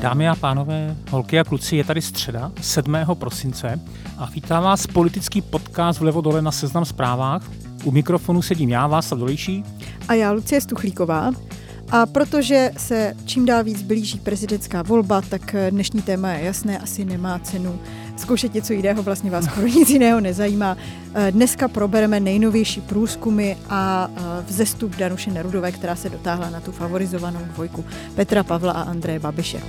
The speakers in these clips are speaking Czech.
Dámy a pánové, holky a kluci, je tady středa, 7. prosince a vítám vás politický podcast Vlevo dole na Seznam Zprávách. U mikrofonu sedím já, Václav Dolejší. A já, Lucie Stuchlíková. A protože se čím dál víc blíží prezidentská volba, tak dnešní téma je jasné, asi nemá cenu zkoušet něco jiného, vlastně vás skoro nic jiného nezajímá. Dneska probereme nejnovější průzkumy a vzestup Danuše Nerudové, která se dotáhla na tu favorizovanou dvojku Petra Pavla a Andreje Babiše.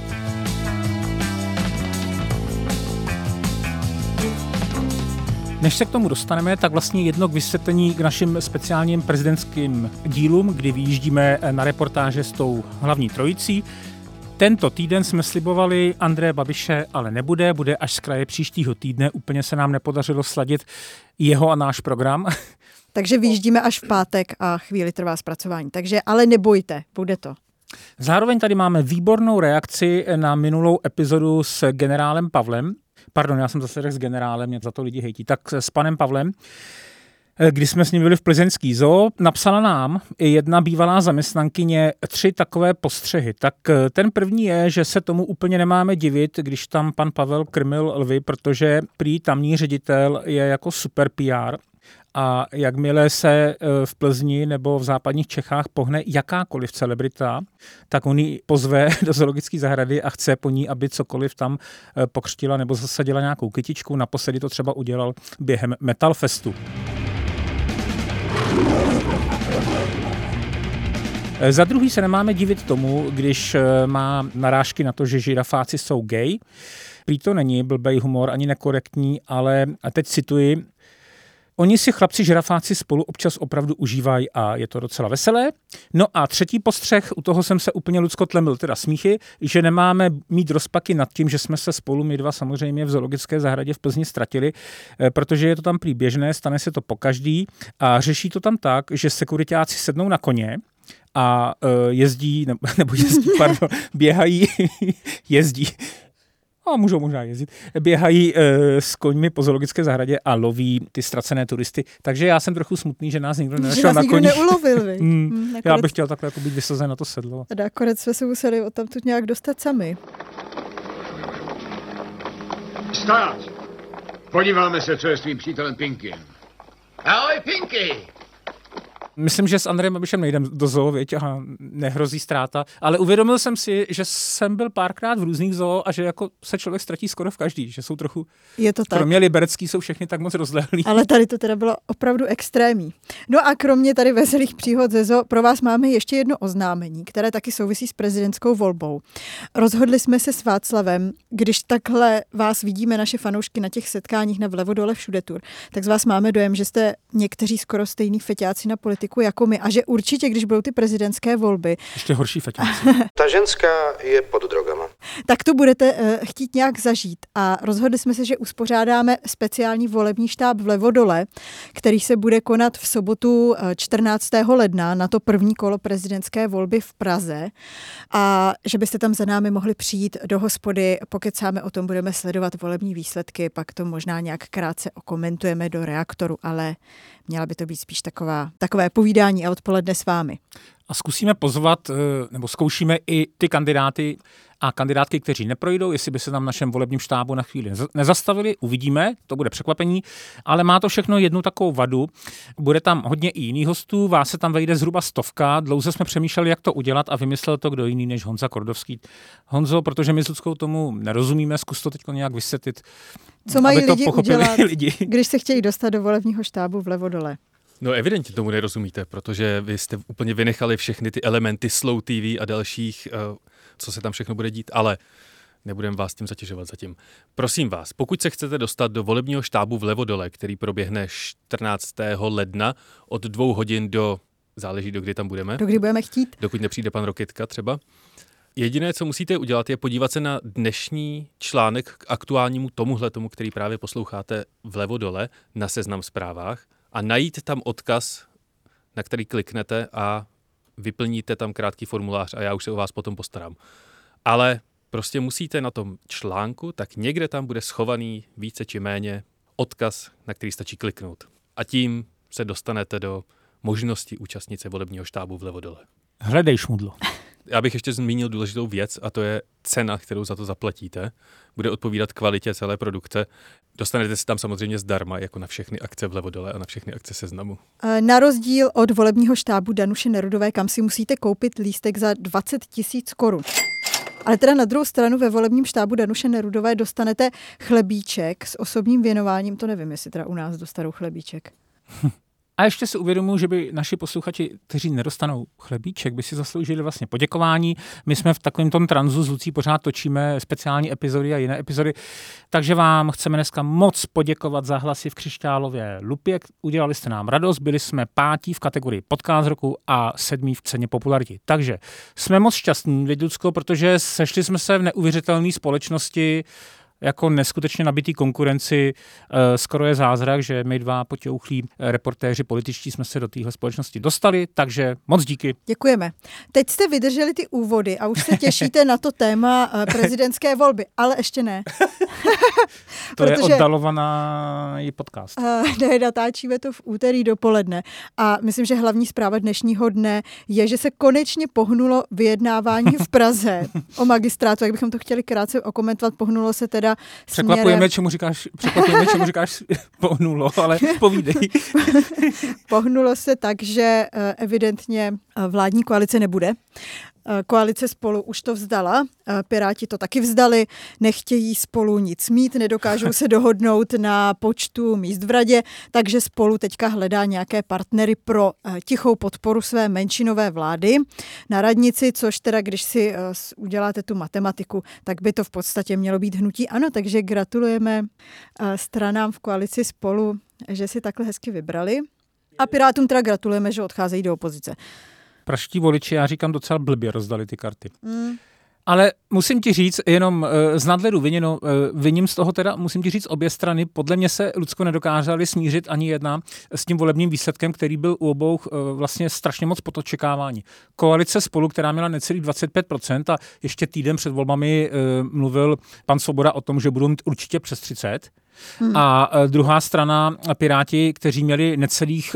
Než se k tomu dostaneme, tak vlastně jedno k vysvětlení k našim speciálním prezidentským dílům, kdy vyjíždíme na reportáže s tou hlavní trojicí. Tento týden jsme slibovali Andreje Babiše, ale bude až z kraje příštího týdne. Úplně se nám nepodařilo sladit jeho a náš program. Takže vyjíždíme až v pátek a chvíli trvá zpracování. Takže ale nebojte, bude to. Zároveň tady máme výbornou reakci na minulou epizodu s generálem Pavlem. Pardon, já jsem zase řekl s generálem, mě za to lidi hejtí. Tak s panem Pavlem, když jsme s ním byli v plzeňský zoo, napsala nám jedna bývalá zaměstnankyně 3 takové postřehy. Tak ten první je, že se tomu úplně nemáme divit, když tam pan Pavel krmil lvy, protože prý tamní ředitel je jako super PR. A jakmile se v Plzni nebo v západních Čechách pohne jakákoliv celebrita, tak on ji pozve do zoologické zahrady a chce po ní, aby cokoliv tam pokřtila nebo zasadila nějakou kytičku. Naposledy to třeba udělal během Metal Festu. Za druhý se nemáme divit tomu, když má narážky na to, že žirafáci jsou gay. Prý to není blbej humor ani nekorektní, ale a teď cituji, oni si chlapci žirafáci spolu občas opravdu užívají a je to docela veselé. No a třetí postřeh, u toho jsem se úplně Lucko tlemil, teda smíchy, že nemáme mít rozpaky nad tím, že jsme se spolu my dva samozřejmě v zoologické zahradě v Plzni ztratili, protože je to tam prý běžné, stane se to pokaždý a řeší to tam tak, že sekuritáci sednou na koně a můžou možná jezdit, běhají s koňmi po zoologické zahradě a loví ty ztracené turisty. Takže já jsem trochu smutný, že nás nikdo nenašel na koni. Neulovil, Já bych chtěl takhle jako být vysazen na to sedlo. A nakonec jsme se museli odtamtud nějak dostat sami. Stát! Podíváme se, co je s tvým přítelem Pinky. Ahoj, Pinky! Myslím, že s Andrejem Babišem nejdem do zoo, věď, a nehrozí ztráta, ale uvědomil jsem si, že jsem byl párkrát v různých zoo a že jako se člověk ztratí skoro v každý, že jsou trochu, je to tak. Kromě liberecký jsou všechny tak moc rozlehlí. Ale tady to teda bylo opravdu extrémní. No a kromě tady veselých příhod ze zoo, pro vás máme ještě jedno oznámení, které taky souvisí s prezidentskou volbou. Rozhodli jsme se s Václavem, když takhle vás vidíme, naše fanoušky na těch setkáních na Vlevo dole všude tur, tak z vás máme dojem, že jste někteří skoro stejný feťáci na politiku jako my a že určitě, když budou ty prezidentské volby... Ještě horší feťáci. Ta ženská je pod drogama. Tak to budete chtít nějak zažít a rozhodli jsme se, že uspořádáme speciální volební štáb Vlevo dole, který se bude konat v sobotu 14. ledna na to první kolo prezidentské volby v Praze a že byste tam za námi mohli přijít do hospody, pokecáme o tom, budeme sledovat volební výsledky, pak to možná nějak krátce okomentujeme do Reaktoru, ale měla by to být spíš takové povídání a odpoledne s vámi. A zkusíme pozvat, nebo zkoušíme i ty kandidáty a kandidátky, kteří neprojdou, jestli by se tam v našem volebním štábu na chvíli nezastavili, uvidíme, to bude překvapení, ale má to všechno jednu takovou vadu. Bude tam hodně i jiných hostů, vás se tam vejde zhruba 100, dlouze jsme přemýšleli, jak to udělat a vymyslel to kdo jiný než Honza Kordovský. Honzo, protože my s Luckou tomu nerozumíme, zkus to teď nějak vysvětlit. Co mají lidi udělat, když se chtějí dostat do volebního štábu Vlevo dole? No evidentně tomu nerozumíte, protože vy jste úplně vynechali všechny ty elementy Slow TV a dalších, co se tam všechno bude dít, ale nebudeme vás tím zatěžovat zatím. Prosím vás, pokud se chcete dostat do volebního štábu Vlevo dole, který proběhne 14. ledna od 2 hodin do, záleží do kdy tam budeme. Do kdy budeme chtít. Dokud nepřijde pan Rokytka třeba. Jediné, co musíte udělat, je podívat se na dnešní článek k aktuálnímu tomu, který právě posloucháte Vlevo dole na Seznam Zprávách a najít tam odkaz, na který kliknete a vyplníte tam krátký formulář a já už se o vás potom postarám. Ale prostě musíte na tom článku, tak někde tam bude schovaný více či méně odkaz, na který stačí kliknout. A tím se dostanete do možnosti účastnit se volebního štábu Vlevo dole. Hledej šmudlo. Já bych ještě zmínil důležitou věc a to je cena, kterou za to zaplatíte. Bude odpovídat kvalitě celé produkce. Dostanete si tam samozřejmě zdarma, jako na všechny akce vlevo dole a na všechny akce Seznamu. Na rozdíl od volebního štábu Danuše Nerudové, kam si musíte koupit lístek za 20 000 korun. Ale teda na druhou stranu ve volebním štábu Danuše Nerudové dostanete chlebíček s osobním věnováním. To nevím, jestli teda u nás dostanou chlebíček. A ještě si uvědomuji, že by naši posluchači, kteří nedostanou chlebíček, by si zasloužili vlastně poděkování. My jsme v takovém tom tranzu s Lucí pořád točíme speciální epizody a jiné epizody, takže vám chceme dneska moc poděkovat za hlasy v křišťálově lupě. Udělali jste nám radost, byli jsme 5. v kategorii podcast roku a 7. v ceně popularity. Takže jsme moc šťastní, Lucko, protože sešli jsme se v neuvěřitelné společnosti, jako neskutečně nabitý konkurenci. Skoro je zázrak, že my 2 potěuchlí reportéři političtí jsme se do téhle společnosti dostali, takže moc díky. Děkujeme. Teď jste vydrželi ty úvody a už se těšíte na to téma prezidentské volby, ale ještě ne. To je oddalovaný podcast. Ne, natáčíme to v úterý dopoledne a myslím, že hlavní zpráva dnešního dne je, že se konečně pohnulo vyjednávání v Praze o magistrátu, jak bychom to chtěli krátce okomentovat, pohnulo se teda Překvapujeme, čemu říkáš pohnulo, ale povídej. Pohnulo se tak, že evidentně vládní koalice nebude. Koalice Spolu už to vzdala, Piráti to taky vzdali, nechtějí Spolu nic mít, nedokážou se dohodnout na počtu míst v radě, takže Spolu teďka hledá nějaké partnery pro tichou podporu své menšinové vlády na radnici, což teda, když si uděláte tu matematiku, tak by to v podstatě mělo být hnutí ANO, takže gratulujeme stranám v koalici Spolu, že si takhle hezky vybrali. A Pirátům teda gratulujeme, že odcházejí do opozice. Praští voliči, já říkám, docela blbě rozdali ty karty. Ale musím ti říct, jenom z nadhledu viním z toho teda, musím ti říct, obě strany, podle mě se, Lucko, nedokázaly smířit ani jedna s tím volebním výsledkem, který byl u obou vlastně strašně moc pod očekávání. Koalice Spolu, která měla necelých 25% a ještě týden před volbami mluvil pan Svoboda o tom, že budou mít určitě přes 30%. A druhá strana, Piráti, kteří měli necelých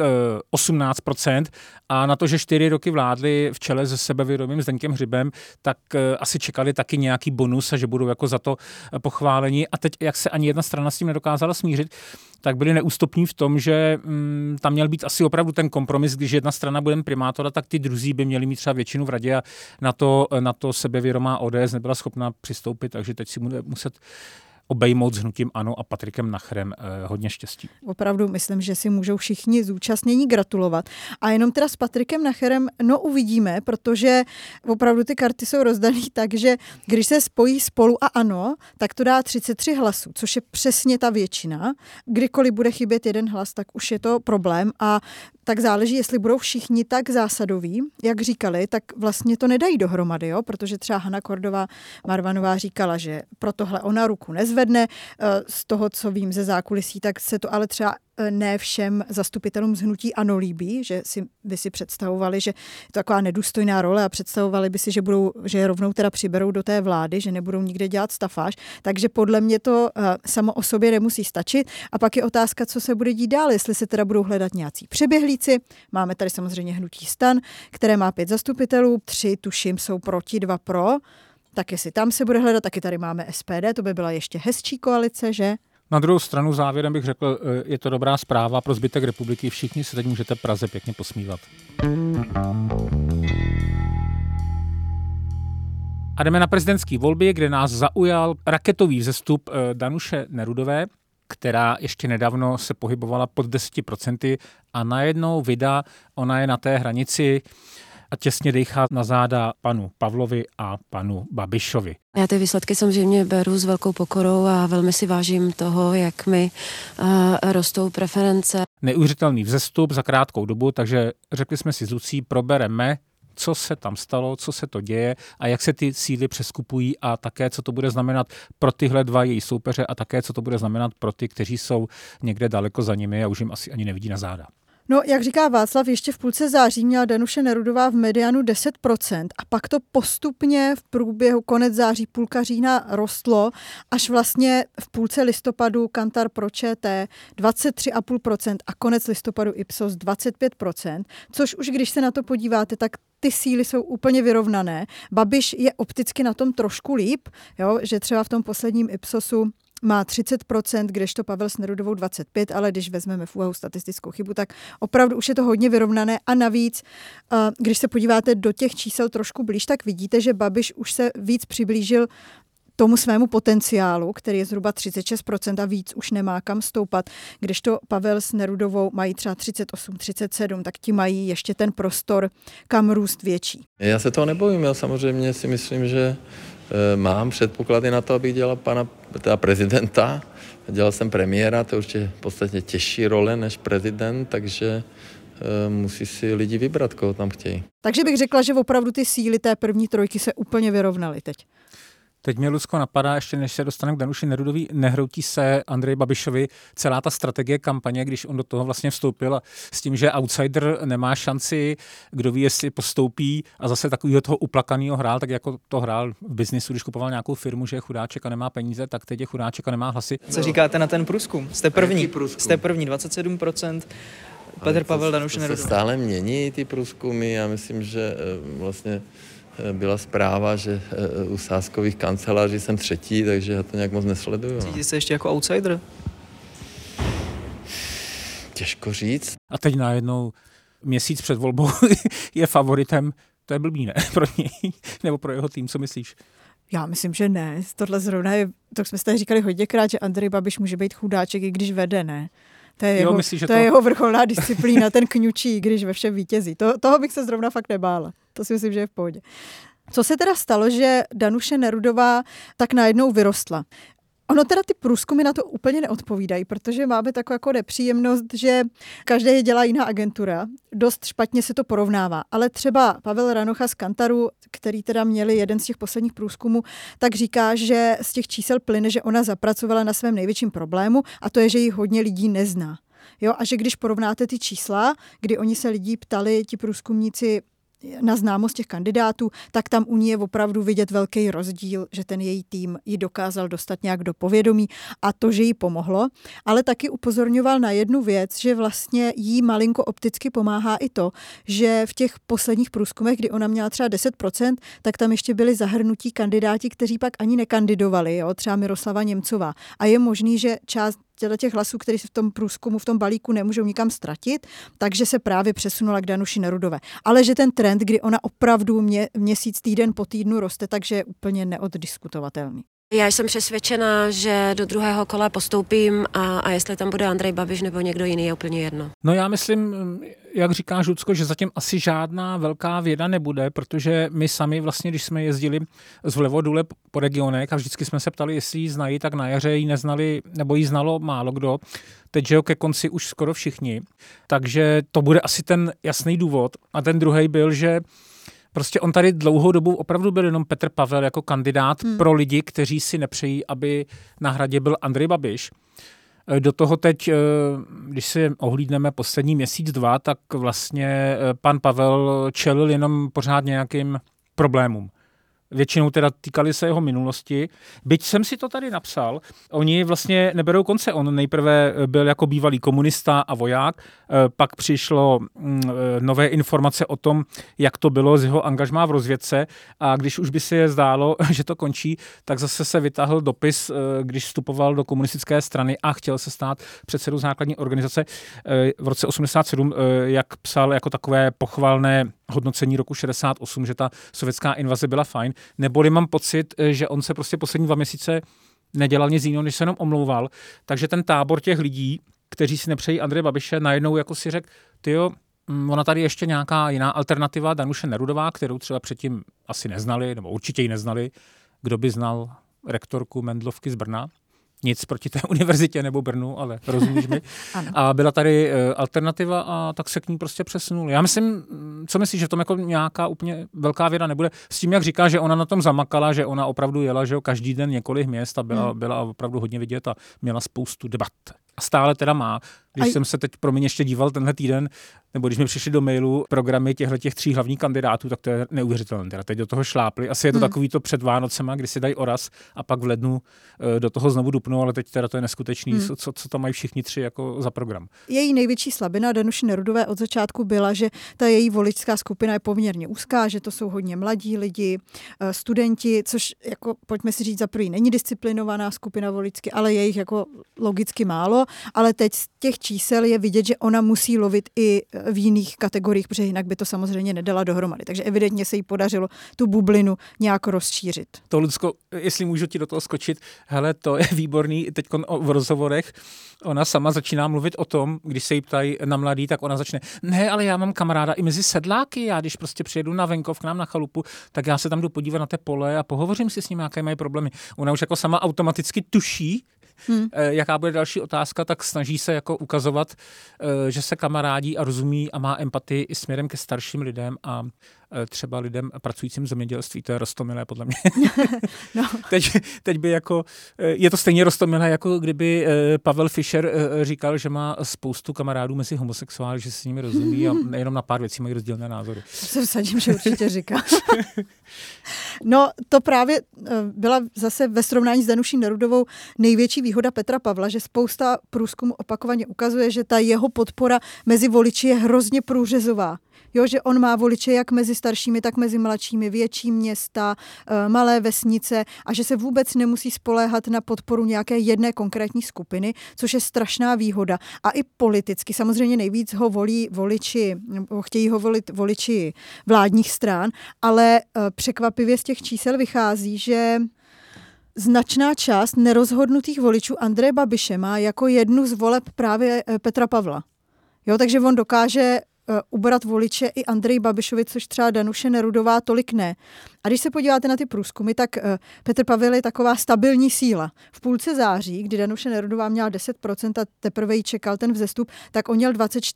18% a na to, že 4 roky vládli v čele se sebevědomým Zdeňkem Hřibem, tak asi čekali taky nějaký bonus a že budou jako za to pochváleni. A teď, jak se ani jedna strana s tím nedokázala smířit, tak byli neústupní v tom, že tam měl být asi opravdu ten kompromis, když jedna strana bude primátora, tak ty druzí by měli mít třeba většinu v radě a na to sebevědomá ODS nebyla schopná přistoupit, takže teď si bude muset obejmout s hnutím ANO a Patrikem Nacherem hodně štěstí. Opravdu myslím, že si můžou všichni zúčastnění gratulovat. A jenom teda s Patrikem Nacherem, uvidíme, protože opravdu ty karty jsou rozdaný tak, že když se spojí Spolu a ANO, tak to dá 33 hlasů, což je přesně ta většina. Kdykoliv bude chybět jeden hlas, tak už je to problém a tak záleží, jestli budou všichni tak zásadoví, jak říkali, tak vlastně to nedají dohromady, jo? Protože třeba Hana Kordová Marvanová říkala, že pro tohle ona ruku nezvedne. Z toho, co vím ze zákulisí, tak se to ale třeba ne všem zastupitelům z hnutí ANO líbí, že by si představovali, že je to taková nedůstojná role a představovali by si, že je rovnou teda přiberou do té vlády, že nebudou nikde dělat stafáž. Takže podle mě to samo o sobě nemusí stačit. A pak je otázka, co se bude dít dál, jestli se teda budou hledat nějací přeběhlíci. Máme tady samozřejmě hnutí STAN, které má 5 zastupitelů, 3 tuším jsou proti, 2 pro. Tak jestli tam se bude hledat, taky tady máme SPD, to by byla ještě hezčí koalice, že? Na druhou stranu závěrem bych řekl, je to dobrá zpráva pro zbytek republiky. Všichni se teď můžete Praze pěkně posmívat. A jdeme na prezidentské volby, kde nás zaujal raketový vzestup Danuše Nerudové, která ještě nedávno se pohybovala pod 10% a najednou ona je na té hranici a těsně dejchá na záda panu Pavlovi a panu Babišovi. Já ty výsledky samozřejmě beru s velkou pokorou a velmi si vážím toho, jak mi rostou preference. Neuvěřitelný vzestup za krátkou dobu, takže řekli jsme si s Lucí, probereme, co se tam stalo, co se to děje a jak se ty síly přeskupují a také, co to bude znamenat pro tyhle 2 její soupeře a také, co to bude znamenat pro ty, kteří jsou někde daleko za nimi a už jim asi ani nevidí na záda. No, jak říká Václav, ještě v půlce září měla Danuše Nerudová v medianu 10% a pak to postupně v průběhu konec září, půlka října rostlo, až vlastně v půlce listopadu Kantar pro ČT 23,5% a konec listopadu Ipsos 25%, což už když se na to podíváte, tak ty síly jsou úplně vyrovnané. Babiš je opticky na tom trošku líp, jo, že třeba v tom posledním Ipsosu má 30%, kdežto Pavel s Nerudovou 25%, ale když vezmeme v úvahu statistickou chybu, tak opravdu už je to hodně vyrovnané a navíc, když se podíváte do těch čísel trošku blíž, tak vidíte, že Babiš už se víc přiblížil tomu svému potenciálu, který je zhruba 36% a víc už nemá kam stoupat, kdežto Pavel s Nerudovou mají třeba 38, 37, tak ti mají ještě ten prostor, kam růst větší. Já se toho nebojím, já samozřejmě si myslím, že mám předpoklady na to, abych dělal teda prezidenta. Dělal jsem premiéra, to je určitě v podstatě těžší role než prezident, takže musí si lidi vybrat, koho tam chtějí. Takže bych řekla, že opravdu ty síly té první trojky se úplně vyrovnaly teď. Teď mě, Lucko, napadá, ještě než se dostaneme k Danuši Nerudový, nehroutí se Andreji Babišovi celá ta strategie kampaně, když on do toho vlastně vstoupil a s tím, že outsider nemá šanci, kdo ví, jestli postoupí a zase takovýho toho uplakaného hrál, tak jako to hrál v biznisu, když kupoval nějakou firmu, že je chudáček a nemá peníze, tak teď je chudáček a nemá hlasy. Co říkáte na ten průzkum? Jste první 27%, Petr Pavel, Danuše Nerudová. Se stále mění ty průzkumy, já myslím, že vlastně byla zpráva, že u sázkových kanceláří jsem třetí, takže já to nějak moc nesleduju. Cítíte se ještě jako outsider? Těžko říct. A teď najednou měsíc před volbou je favoritem, to je blbý, ne? Pro něj, nebo pro jeho tým, co myslíš? Já myslím, že ne. Tohle zrovna je, to jsme si tady říkali hodněkrát, že Andrej Babiš může být chudáček, i když vede, ne? To je, je jeho vrcholná disciplína, ten kňučí, když ve všem vítězí. Toho bych se zrovna fakt nebála. To si myslím, že je v pohodě. Co se teda stalo, že Danuše Nerudová tak najednou vyrostla? Ono teda ty průzkumy na to úplně neodpovídají, protože máme takovou jako nepříjemnost, že každé je dělá jiná agentura. Dost špatně se to porovnává. Ale třeba Pavel Ranocha z Kantaru, který teda měli jeden z těch posledních průzkumů, tak říká, že z těch čísel plyne, že ona zapracovala na svém největším problému a to je, že ji hodně lidí nezná. Jo, a že když porovnáte ty čísla, kdy oni se lidí ptali, ti průzkumníci, na známost těch kandidátů, tak tam u ní je opravdu vidět velký rozdíl, že ten její tým ji dokázal dostat nějak do povědomí a to, že jí pomohlo. Ale taky upozorňoval na jednu věc, že vlastně jí malinko opticky pomáhá i to, že v těch posledních průzkumech, kdy ona měla třeba 10%, tak tam ještě byli zahrnutí kandidáti, kteří pak ani nekandidovali, jo? Třeba Miroslava Němcová. A je možný, že část těch hlasů, které se v tom průzkumu, v tom balíku nemůžou nikam ztratit, takže se právě přesunula k Danuši Nerudové. Ale že ten trend, kdy ona opravdu měsíc, týden po týdnu roste, takže je úplně neoddiskutovatelný. Já jsem přesvědčena, že do druhého kola postoupím a jestli tam bude Andrej Babiš nebo někdo jiný, je úplně jedno. No já myslím, jak říká Žucko, že zatím asi žádná velká věda nebude, protože my sami vlastně, když jsme jezdili z vlevo dole po regionech a vždycky jsme se ptali, jestli ji znají, tak na jaře ji neznali, nebo ji znalo málo kdo. Teď, že jo, ke konci už skoro všichni. Takže to bude asi ten jasný důvod. A ten druhý byl, že prostě on tady dlouhou dobu opravdu byl jenom Petr Pavel jako kandidát pro lidi, kteří si nepřejí, aby na Hradě byl Andrej Babiš. Do toho teď, když si ohlídneme poslední měsíc, dva, tak vlastně pan Pavel čelil jenom pořád nějakým problémům. Většinou teda týkali se jeho minulosti. Byť jsem si to tady napsal, oni vlastně neberou konce. On nejprve byl jako bývalý komunista a voják, pak přišlo nové informace o tom, jak to bylo z jeho angažmá v rozvědce a když už by se je zdálo, že to končí, tak zase se vytáhl dopis, když vstupoval do komunistické strany a chtěl se stát předsedou základní organizace v roce 87, jak psal jako takové pochvalné hodnocení roku 68, že ta sovětská invaze byla fajn, neboli mám pocit, že on se prostě poslední 2 měsíce nedělal nic jiného, než se jenom omlouval. Takže ten tábor těch lidí, kteří si nepřejí Andreje Babiše, najednou jako si řekl, tyjo, ona tady ještě nějaká jiná alternativa, Danuše Nerudová, kterou třeba předtím asi neznali, nebo určitě ji neznali, kdo by znal rektorku Mendlovky z Brna. Nic proti té univerzitě nebo Brnu, ale rozumíš mi. A byla tady alternativa a tak se k ní prostě přesunul. Já myslím, co myslíš, že v tom jako nějaká úplně velká věda nebude? S tím, jak říká, že ona na tom zamakala, že ona opravdu jela, že každý den několik měst a byla opravdu hodně vidět a měla spoustu debat. A stále teda má. Když jsem se teď pro mě ještě díval tenhle týden, nebo když mi přišli do mailu programy těch 3 hlavních kandidátů, tak to je neuvěřitelné. Teda teď do toho šlápli. Asi je to takový to před Vánocema, kdy si dají oraz a pak v lednu do toho znovu dupnou, ale teď teda to je neskutečný, co tam mají všichni 3 jako za program. Její největší slabina Danuše Nerudové od začátku byla, že ta její voličská skupina je poměrně úzká, že to jsou hodně mladí lidi, studenti, což jako pojďme si říct, za první není disciplinovaná skupina voličsky, ale je jich jako logicky málo, ale teď z těch čísel je vidět, že ona musí lovit i v jiných kategoriích, protože jinak by to samozřejmě nedala dohromady. Takže evidentně se jí podařilo tu bublinu nějak rozšířit. To, Lucko, jestli můžu ti do toho skočit, hele, to je výborný, teď v rozhovorech ona sama začíná mluvit o tom, když se jí ptají na mladý, tak ona začne, ne, ale já mám kamaráda i mezi sedláky, já když prostě přijedu na venkov k nám na chalupu, tak já se tam jdu podívat na té pole a pohovořím si s ním, jaké mají problémy. Ona už jako sama automaticky tuší, jaká bude další otázka, tak snaží se jako ukazovat, že se kamarádí a rozumí a má empatii i směrem ke starším lidem a třeba lidem pracujícím v zemědělství. To je roztomilé podle mě. No. Teď by jako, je to stejně roztomilé, jako kdyby Pavel Fischer říkal, že má spoustu kamarádů mezi homosexuály, že se s nimi rozumí a nejenom na pár věcí mají rozdílné názory. To se vsadím, že určitě říká. No, to právě byla zase ve srovnání s Danuší Nerudovou největší výhoda Petra Pavla, že spousta průzkumů opakovaně ukazuje, že ta jeho podpora mezi voliči je hrozně průřezová. Jo, že on má voliče jak mezi staršími, tak mezi mladšími, větší města, malé vesnice a že se vůbec nemusí spoléhat na podporu nějaké jedné konkrétní skupiny, což je strašná výhoda. A i politicky, samozřejmě nejvíc ho volí voliči, chtějí ho volit voliči vládních stran, ale překvapivě z těch čísel vychází, že značná část nerozhodnutých voličů Andreje Babiše má jako jednu z voleb právě Petra Pavla. Jo, takže on dokáže ubrat voliče i Andreji Babišovi, což třeba Danuše Nerudová tolik ne. A když se podíváte na ty průzkumy, tak Petr Pavel je taková stabilní síla. V půlce září, kdy Danuše Nerudová měla 10% a teprve jí čekal ten vzestup, tak on měl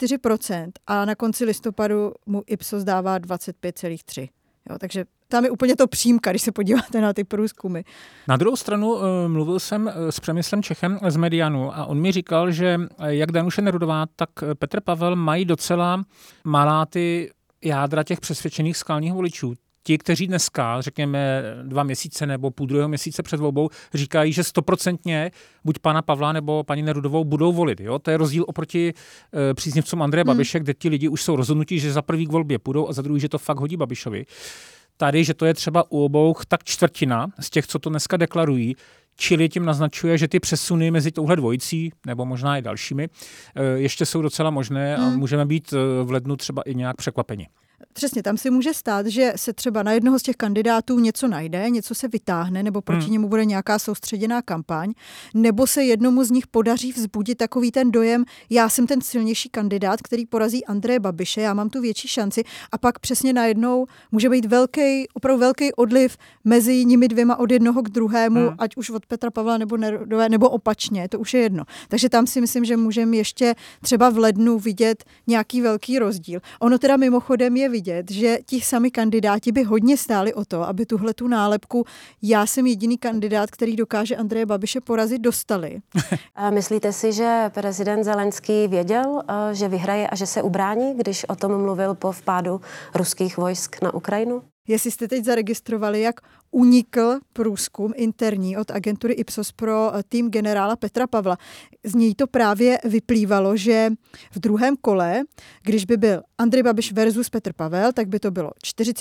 24% a na konci listopadu mu Ipsos dává 25,3%. Jo, takže tam je úplně to přímka, když se podíváte na ty průzkumy. Na druhou stranu mluvil jsem s Přemyslem Čechem z Medianu a on mi říkal, že jak Danuše Nerudová, tak Petr Pavel mají docela malá ty jádra těch přesvědčených skalních voličů. Ti, kteří dneska, řekněme 2 měsíce nebo půl druhého měsíce před volbou, říkají, že 100% buď pana Pavla nebo paní Nerudovou budou volit. Jo? To je rozdíl oproti příznivcům Andreje Babiše, kde ti lidi už jsou rozhodnutí, že za prvý k volbě půjdou a za druhý, že to fakt hodí Babišovi. Tady, že to je třeba u obou tak čtvrtina z těch, co to dneska deklarují, čili tím naznačuje, že ty přesuny mezi touhle dvojicí, nebo možná i dalšími, ještě jsou docela možné a můžeme být v lednu třeba i nějak překvapeni. Přesně, tam si může stát, že se třeba na jednoho z těch kandidátů něco najde, něco se vytáhne, nebo proti němu bude nějaká soustředěná kampaň, nebo se jednomu z nich podaří vzbudit takový ten dojem, já jsem ten silnější kandidát, který porazí Andreje Babiše, já mám tu větší šanci a pak přesně najednou může být opravdu velký odliv mezi nimi dvěma od jednoho k druhému, ať už od Petra Pavla nebo Nerudové, nebo opačně, to už je jedno. Takže tam si myslím, že můžeme ještě třeba v lednu vidět nějaký velký rozdíl. Ono teda mimochodem je vidět, že ti sami kandidáti by hodně stáli o to, aby tuhletu nálepku já jsem jediný kandidát, který dokáže Andreje Babiše porazit, dostali. A myslíte si, že prezident Zelenský věděl, že vyhraje a že se ubrání, když o tom mluvil po vpádu ruských vojsk na Ukrajinu? Jestli jste teď zaregistrovali, jak unikl průzkum interní od agentury Ipsos pro tým generála Petra Pavla. Z něj to právě vyplývalo, že v druhém kole, když by byl Andrej Babiš versus Petr Pavel, tak by to bylo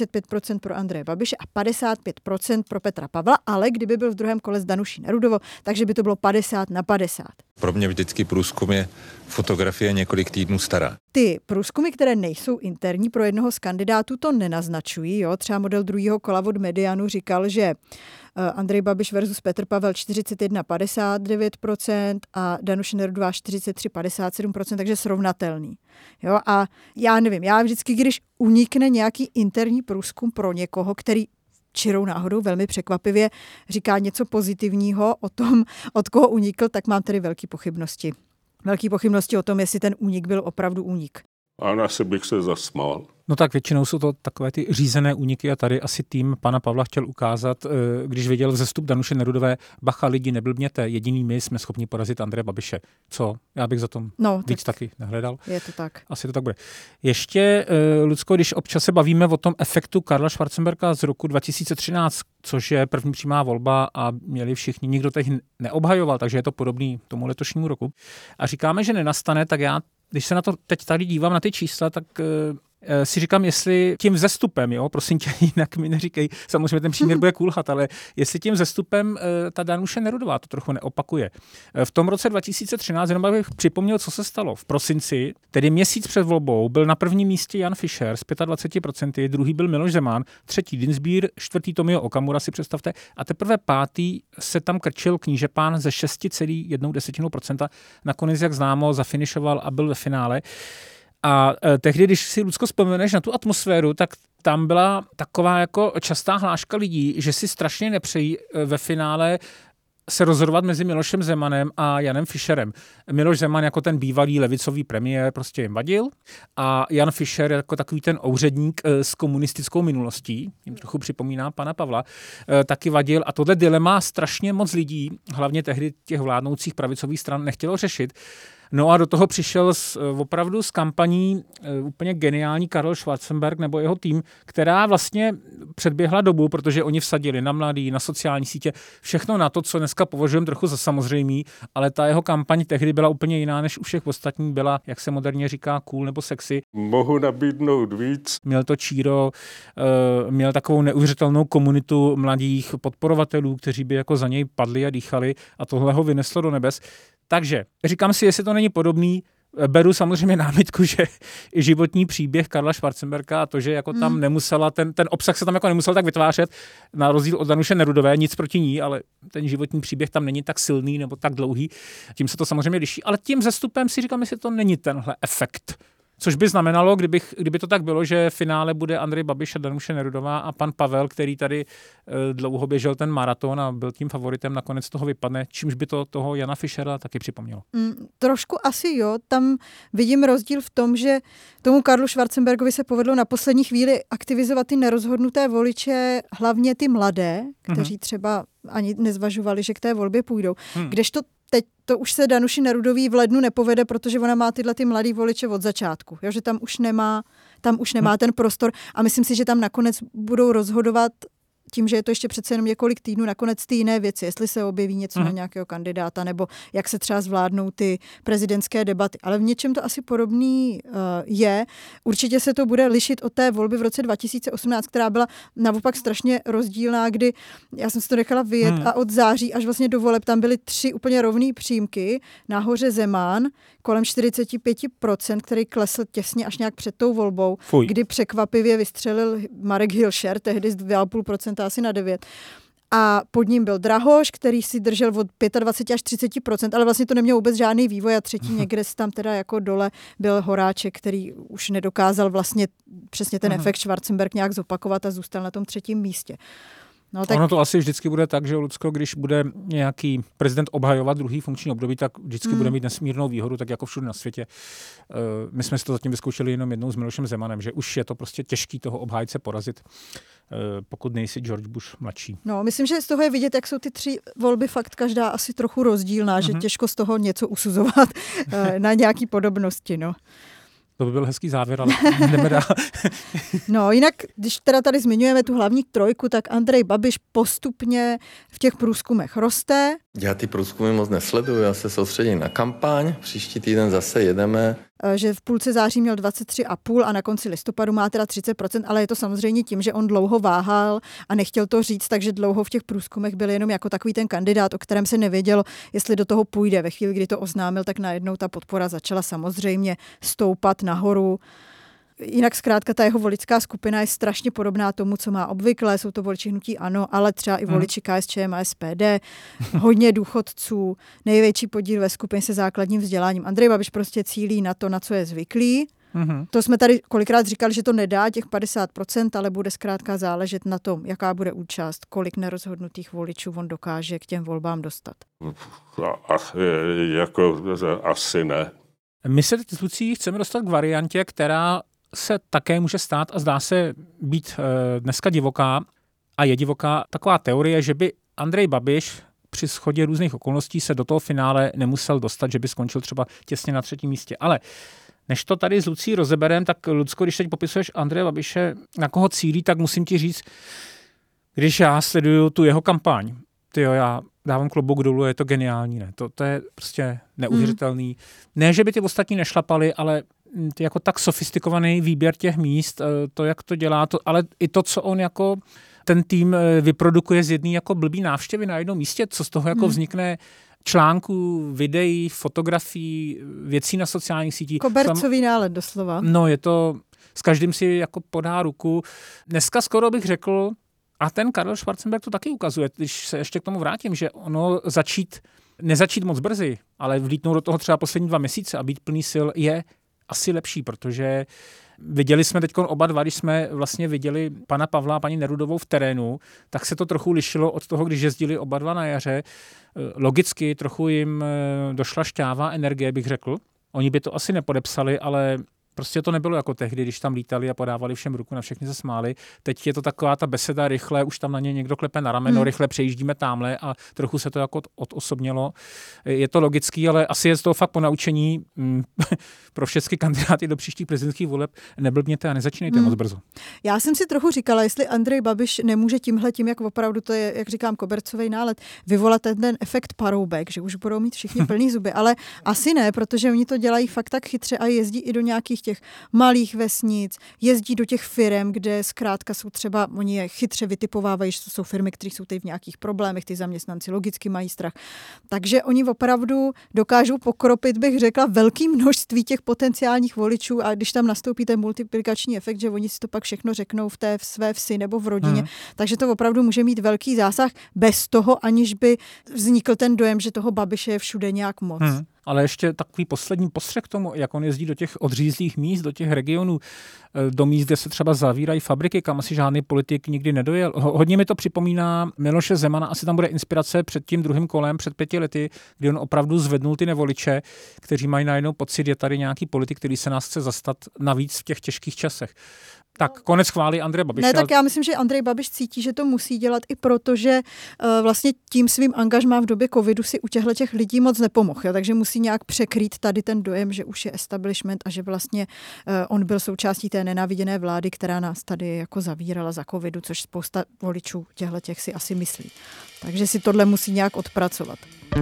45% pro Andreje Babiše a 55% pro Petra Pavla, ale kdyby byl v druhém kole s Danuší Nerudovou, takže by to bylo 50-50. Pro mě vždycky průzkum je fotografie několik týdnů stará. Ty průzkumy, které nejsou interní pro jednoho z kandidátů, to nenaznačují. Jo? Třeba model druhého kola od Medianu říkal, že Andrej Babiš versus Petr Pavel 41,59% a Danuše Nerudová 43,57%, takže srovnatelný. Jo? A já nevím, já vždycky, když unikne nějaký interní průzkum pro někoho, který čirou náhodou velmi překvapivě říká něco pozitivního o tom, od koho unikl, tak mám tady velké pochybnosti. Velké pochybnosti o tom, jestli ten únik byl opravdu únik. A asi bych se zasmál. No tak většinou jsou to takové ty řízené úniky a tady asi tým pana Pavla chtěl ukázat, když viděl vzestup Danuše Nerudové, bacha lidi, neblbněte, jediný my jsme schopni porazit Andreje Babiše. Co? Já bych za tom víc taky nehledal. Je to tak. Asi to tak bude. Ještě, Lucko, když občas se bavíme o tom efektu Karla Schwarzenberga z roku 2013, což je první přímá volba a měli všichni, nikdo teď neobhajoval, takže je to podobný tomu letošnímu roku. A říkáme, že nenastane, tak já, když se na to teď tady dívám na ty čísla, tak si říkám, jestli tím vzestupem, jo, prosím tě, jinak mi neříkej, samozřejmě ten příměr bude kulhat, ale jestli tím vzestupem ta Danuše Nerudová to trochu neopakuje. V tom roce 2013, jenom bych připomněl, co se stalo. V prosinci, tedy měsíc před volbou, byl na prvním místě Jan Fischer s 25%, druhý byl Miloš Zeman, třetí Dienstbier, čtvrtý Tomio Okamura, si představte, a teprve pátý se tam krčil Knížepán ze 6,1%. Nakonec, jak známo, zafinišoval a byl ve finále. A tehdy, když si, Lucko, vzpomeneš na tu atmosféru, tak tam byla taková jako častá hláška lidí, že si strašně nepřejí ve finále se rozhodovat mezi Milošem Zemanem a Janem Fischerem. Miloš Zeman jako ten bývalý levicový premiér prostě jim vadil a Jan Fischer jako takový ten úředník s komunistickou minulostí, jim trochu připomíná pana Pavla, taky vadil a tohle dilema strašně moc lidí, hlavně tehdy těch vládnoucích pravicových stran, nechtělo řešit. No a do toho přišel opravdu s kampaní úplně geniální Karel Schwarzenberg nebo jeho tým, která vlastně předběhla dobu, protože oni vsadili na mladý, na sociální sítě, všechno na to, co dneska považujeme trochu za samozřejmý, ale ta jeho kampaň tehdy byla úplně jiná než u všech ostatních, byla, jak se moderně říká, cool nebo sexy. Mohu nabídnout víc. Měl to číro, měl takovou neuvěřitelnou komunitu mladých podporovatelů, kteří by jako za něj padli a dýchali a tohle ho vyneslo do nebes. Takže říkám si, jestli to není podobný, beru samozřejmě námitku, že životní příběh Karla Schwarzenberga a to, že jako tam nemusela, ten obsah se tam jako nemusel tak vytvářet, na rozdíl od Danuše Nerudové, nic proti ní, ale ten životní příběh tam není tak silný nebo tak dlouhý, tím se to samozřejmě liší, ale tím zestupem si říkám, jestli to není tenhle efekt. Což by znamenalo, kdyby to tak bylo, že v finále bude Andrej Babiš a Danuše Nerudová a pan Pavel, který tady dlouho běžel ten maraton a byl tím favoritem, nakonec toho vypadne, čímž by to toho Jana Fischera taky připomnělo. Trošku asi jo, tam vidím rozdíl v tom, že tomu Karlu Schwarzenbergovi se povedlo na poslední chvíli aktivizovat ty nerozhodnuté voliče, hlavně ty mladé, kteří třeba ani nezvažovali, že k té volbě půjdou. Kdežto teď to už se Danuši Nerudový v lednu nepovede, protože ona má tyhle ty mladý voliče od začátku. Jo, že tam už nemá ten prostor a myslím si, že tam nakonec budou rozhodovat tím, že je to ještě přece jenom několik týdnů, nakonec ty jiné věci, jestli se objeví něco na nějakého kandidáta, nebo jak se třeba zvládnou ty prezidentské debaty. Ale v něčem to asi podobný je. Určitě se to bude lišit od té volby v roce 2018, která byla naopak strašně rozdílná, kdy já jsem si to nechala vyjet a od září až vlastně do voleb tam byly 3 úplně rovné přímky. Nahoře Zeman, kolem 45%, který klesl těsně až nějak před tou volbou, kdy překvapivě vystřelil Marek Hilšer, tehdy z 2,5% asi na 9%. A pod ním byl Drahoš, který si držel od 25 až 30%, ale vlastně to nemělo vůbec žádný vývoj a třetí někde tam teda jako dole byl Horáček, který už nedokázal vlastně přesně ten efekt Schwarzenberg nějak zopakovat a zůstal na tom 3. místě. No, tak... Ono to asi vždycky bude tak, že Lucko, když bude nějaký prezident obhajovat druhý funkční období, tak vždycky bude mít nesmírnou výhodu, tak jako všude na světě. My jsme si to zatím vyzkoušeli jenom jednou s Milošem Zemanem, že už je to prostě těžký toho obhájce porazit, pokud nejsi George Bush mladší. No, myslím, že z toho je vidět, jak jsou ty 3 volby fakt každá asi trochu rozdílná, že těžko z toho něco usuzovat na nějaký podobnosti, no. To by byl hezký závěr, ale jdeme dál. No jinak, když teda tady zmiňujeme tu hlavní trojku, tak Andrej Babiš postupně v těch průzkumech roste. Já ty průzkumy moc nesleduju, já se soustředím na kampaň, příští týden zase jedeme. Že v půlce září měl 23,5 a na konci listopadu má teda 30%, ale je to samozřejmě tím, že on dlouho váhal a nechtěl to říct, takže dlouho v těch průzkumech byl jenom jako takový ten kandidát, o kterém se nevědělo, jestli do toho půjde. Ve chvíli, kdy to oznámil, tak najednou ta podpora začala samozřejmě stoupat nahoru. Jinak zkrátka ta jeho voličská skupina je strašně podobná tomu, co má obvykle. Jsou to voliči hnutí ANO, ale třeba i voliči KSČM a SPD. Hodně důchodců, největší podíl ve skupině se základním vzděláním. Andrej Babiš prostě cílí na to, na co je zvyklý. To jsme tady kolikrát říkali, že to nedá těch 50%, ale bude zkrátka záležet na tom, jaká bude účast, kolik nerozhodnutých voličů on dokáže k těm volbám dostat. Asi ne. My se teď s Lucí chceme dostat k variantě, která se také může stát a zdá se být dneska divoká a je divoká. Taková teorie, že by Andrej Babiš při shodě různých okolností se do toho finále nemusel dostat, že by skončil třeba těsně na 3. místě. Ale než to tady s Lucí rozeberem, tak Lucko, když teď popisuješ Andreje Babiše, na koho cílí, tak musím ti říct, když já sleduju tu jeho kampaň, já dávám klobouk dolů, je to geniální, ne? To je prostě neuvěřitelný. Ne, že by ty ostatní nešlapali, ale jako tak sofistikovaný výběr těch míst, to, jak to dělá, ale i to, co on jako ten tým vyprodukuje z jedné jako blbý návštěvy na jednom místě, co z toho jako vznikne článků, videí, fotografií, věcí na sociálních sítích. Kobercový nálet doslova. No, je to, s každým si jako podá ruku. Dneska skoro bych řekl, a ten Karel Schwarzenberg to taky ukazuje, když se ještě k tomu vrátím, že ono nezačít moc brzy, ale vlítnout do toho třeba poslední 2 měsíce a být plný sil je asi lepší, protože viděli jsme teď oba dva, když jsme vlastně viděli pana Pavla a paní Nerudovou v terénu, tak se to trochu lišilo od toho, když jezdili oba dva na jaře. Logicky trochu jim došla šťáva energie, bych řekl. Oni by to asi nepodepsali, ale prostě to nebylo jako tehdy, když tam lítali a podávali všem ruku, na všechny se smáli. Teď je to taková ta beseda rychle, už tam na ně někdo klepe na rameno, rychle přejíždíme tamhle a trochu se to jako odosobnilo. Je to logický, ale asi je z toho fakt ponaučení pro všechny kandidáty do příštích prezidentských voleb. Neblbněte a nezačínejte moc brzo. Já jsem si trochu říkala, jestli Andrej Babiš nemůže tím, jak opravdu to je, jak říkám, kobercový nálet, vyvolat ten efekt paroubek, že už budou mít všichni plný zuby, ale asi ne, protože oni to dělají fakt tak chytře a jezdí i do nějakých těch malých vesnic, jezdí do těch firem, kde zkrátka jsou třeba, oni je chytře vytipovávají, že to jsou firmy, které jsou teď v nějakých problémech, ty zaměstnanci logicky mají strach. Takže oni opravdu dokážou pokropit, bych řekla, velké množství těch potenciálních voličů a když tam nastoupí ten multiplikační efekt, že oni si to pak všechno řeknou v té své vsi nebo v rodině, takže to opravdu může mít velký zásah bez toho, aniž by vznikl ten dojem, že toho Babiše je všude nějak moc. Ale ještě takový poslední postřeh k tomu, jak on jezdí do těch odřízlých míst, do těch regionů, do míst, kde se třeba zavírají fabriky, kam asi žádný politik nikdy nedojel. Hodně mi to připomíná Miloše Zemana, asi tam bude inspirace před tím druhým kolem, před 5 lety, kdy on opravdu zvednul ty nevoliče, kteří mají najednou pocit, je tady nějaký politik, který se nás chce zastat navíc v těch těžkých časech. Tak konec chválí Andreje Babiše. Ne, tak já myslím, že Andrej Babiš cítí, že to musí dělat i proto, že vlastně tím svým angažmá v době covidu si u těch lidí moc nepomohl. Takže musí nějak překrýt tady ten dojem, že už je establishment a že vlastně on byl součástí té nenáviděné vlády, která nás tady jako zavírala za covidu, což spousta voličů těch si asi myslí. Takže si tohle musí nějak odpracovat.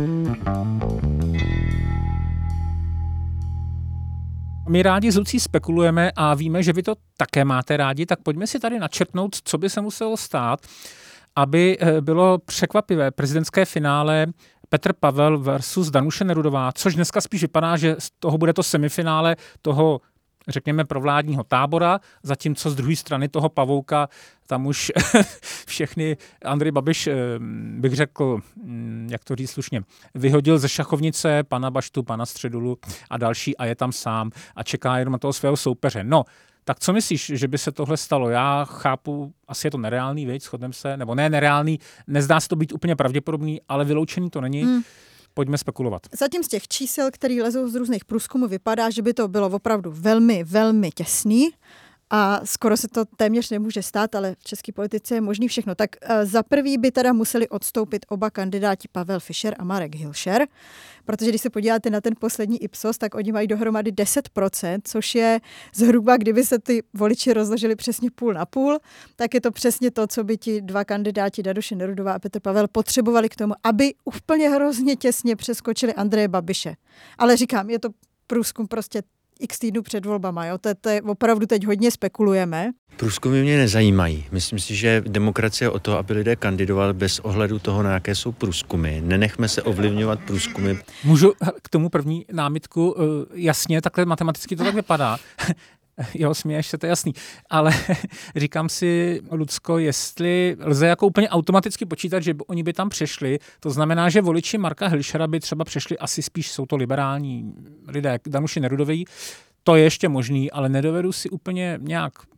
My rádi s Lucí spekulujeme a víme, že vy to také máte rádi, tak pojďme si tady načrtnout, co by se muselo stát, aby bylo překvapivé prezidentské finále Petr Pavel versus Danuše Nerudová, což dneska spíš vypadá, že z toho bude to semifinále toho, řekněme, provládního tábora, zatímco z druhé strany toho pavouka tam už všechny Andrej Babiš, bych řekl, jak to říct slušně, vyhodil ze šachovnice pana Baštu, pana Středulu a další a je tam sám a čeká jenom na toho svého soupeře. No, tak co myslíš, že by se tohle stalo? Já chápu, asi je to nereálný, věc, shodneme se, nebo ne nereálný, nezdá se to být úplně pravděpodobný, ale vyloučený to není. Pojďme spekulovat. Zatím z těch čísel, které lezou z různých průzkumů, vypadá, že by to bylo opravdu velmi, velmi těsný. A skoro se to téměř nemůže stát, ale v české politice je možný všechno. Tak za prvý by teda museli odstoupit oba kandidáti Pavel Fischer a Marek Hilšer, protože když se podíváte na ten poslední Ipsos, tak oni mají dohromady 10%, což je zhruba, kdyby se ty voliči rozložili přesně půl na půl, tak je to přesně to, co by ti dva kandidáti Danuše Nerudová a Petr Pavel potřebovali k tomu, aby úplně hrozně těsně přeskočili Andreje Babiše. Ale říkám, je to průzkum prostě x týdnů před volbama, jo? To je opravdu teď hodně spekulujeme. Průzkumy mě nezajímají. Myslím si, že demokracie je o to, aby lidé kandidovali bez ohledu toho, na jaké jsou průzkumy. Nenechme se ovlivňovat průzkumy. Můžu k tomu první námitku, jasně, takhle matematicky to tak vypadá. Jo, směješ se, to je jasný. Ale říkám si, Lucko, jestli lze jako úplně automaticky počítat, že oni by tam přešli, to znamená, že voliči Marka Hilšera by třeba přešli, asi spíš jsou to liberální lidé, Danuši Nerudové, to je ještě možný, ale nedovedu si úplně nějak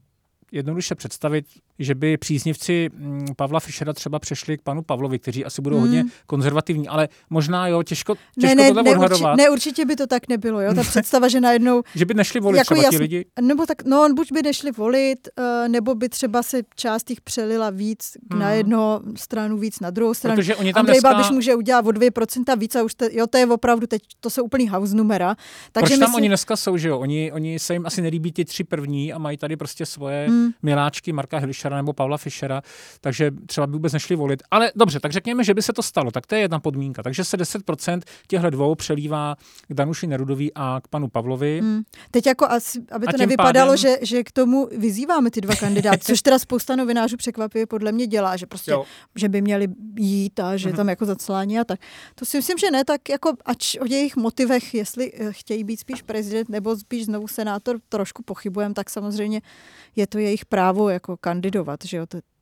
jednoduše představit, že by příznivci Pavla Fischera třeba přešli k panu Pavlovi, kteří asi budou hodně konzervativní, ale možná těžko tohle odhadovat. Ne, určitě by to tak nebylo, jo, ta představa, že najednou... že by nešli volit jako třeba ti lidi? Nebo tak, buď by nešli volit, nebo by třeba se část jich přelila víc na jednu stranu, víc na druhou stranu. Protože oni tam Andrej Babiš může udělat o 2% víc a už to je opravdu teď, to jsou úplný house numera. Takže proč tam oni dneska jsou, že jo? Oni se jim asi nelíbí ty 3 první a mají tady prostě svoje miláčky Marka Hilšera nebo Pavla Fischera, takže třeba by vůbec nešli volit. Ale dobře, tak řekněme, že by se to stalo, tak to je jedna podmínka. Takže se 10% těchto dvou přelívá k Danuši Nerudový a k panu Pavlovi. Teď jako asi, aby to nevypadalo, že k tomu vyzýváme ty dva kandidáty, což teda spousta novinářů překvapivě podle mě dělá, že prostě, že by měli jít a že tam jako zaclání a tak. To si myslím, že ne, tak jako ač o jejich motivech, jestli chtějí být spíš prezident nebo spíš znovu senátor, trošku pochybujem, tak samozřejmě je to jejich právo jako kandidovat, že jo,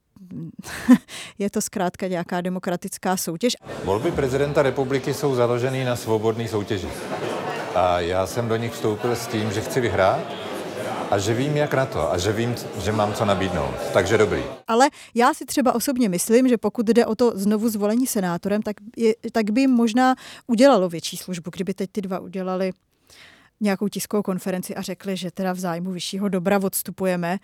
je to zkrátka nějaká demokratická soutěž. Volby prezidenta republiky jsou založeny na svobodné soutěži. A já jsem do nich vstoupil s tím, že chci vyhrát a že vím, jak na to a že vím, že mám co nabídnout. Takže dobrý. Ale já si třeba osobně myslím, že pokud jde o to znovu zvolení senátorem, tak by jim možná udělalo větší službu, kdyby teď ty dva udělali nějakou tiskovou konferenci a řekli, že teda v zájmu vyššího dobra odstupujeme.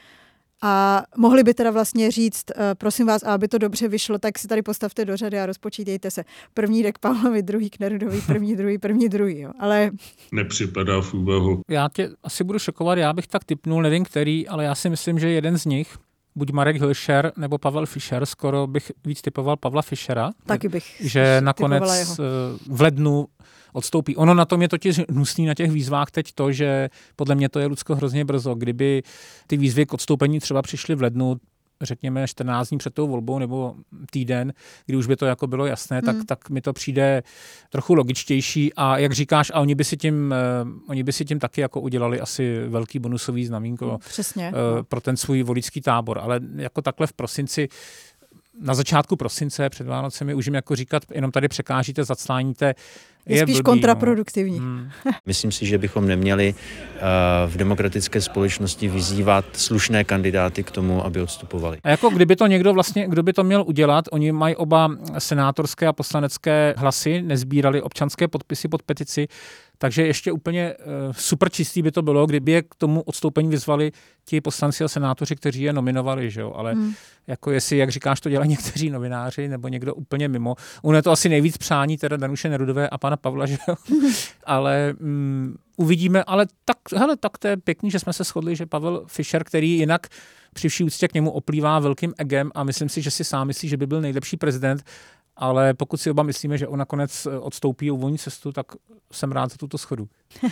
A mohli by teda vlastně říct, prosím vás, aby to dobře vyšlo, tak si tady postavte do řady a rozpočítejte se. První jde k Pavlovi, druhý k Nerudovi, první druhý. Jo. Ale nepřipadá v úvahu. Já tě asi budu šokovat, já bych tak tipnul, nevím který, ale já si myslím, že jeden z nich, buď Marek Hilšer nebo Pavel Fischer, skoro bych víc typoval Pavla Fischera. Taky bych že nakonec v lednu odstoupí. Ono na tom je totiž hnusný na těch výzvách teď to, že podle mě to je, Lucko, hrozně brzo. Kdyby ty výzvy k odstoupení třeba přišly v lednu, řekněme 14 dní před tou volbou nebo týden, kdy už by to jako bylo jasné, tak mi to přijde trochu logičtější a jak říkáš, a oni by si tím taky jako udělali asi velký bonusový znamínko pro ten svůj voličský tábor, ale jako takhle v prosinci, na začátku prosince před Vánocemi už jim jako říkat, jenom tady překážíte, zacláníte, je spíš blbý, kontraproduktivní. Myslím si, že bychom neměli v demokratické společnosti vyzývat slušné kandidáty k tomu, aby odstupovali. A jako kdyby to někdo vlastně, kdo by to měl udělat, oni mají oba senátorské a poslanecké hlasy, nezbírali občanské podpisy pod petici, takže ještě úplně super čistý by to bylo, kdyby je k tomu odstoupení vyzvali ti poslanci a senátoři, kteří je nominovali, že jo, ale jako jestli, jak říkáš, to dělají někteří novináři nebo někdo úplně mimo. Ono je to asi nejvíc přání teda Danuše Nerudové a pana Pavla, že jo, ale uvidíme, ale tak to je pěkný, že jsme se shodli, že Pavel Fischer, který jinak při vší úctě k němu oplývá velkým egem a myslím si, že si sám myslí, že by byl nejlepší prezident, ale pokud si oba myslíme, že on nakonec odstoupí a uvolní cestu, tak jsem rád za tuto shodu.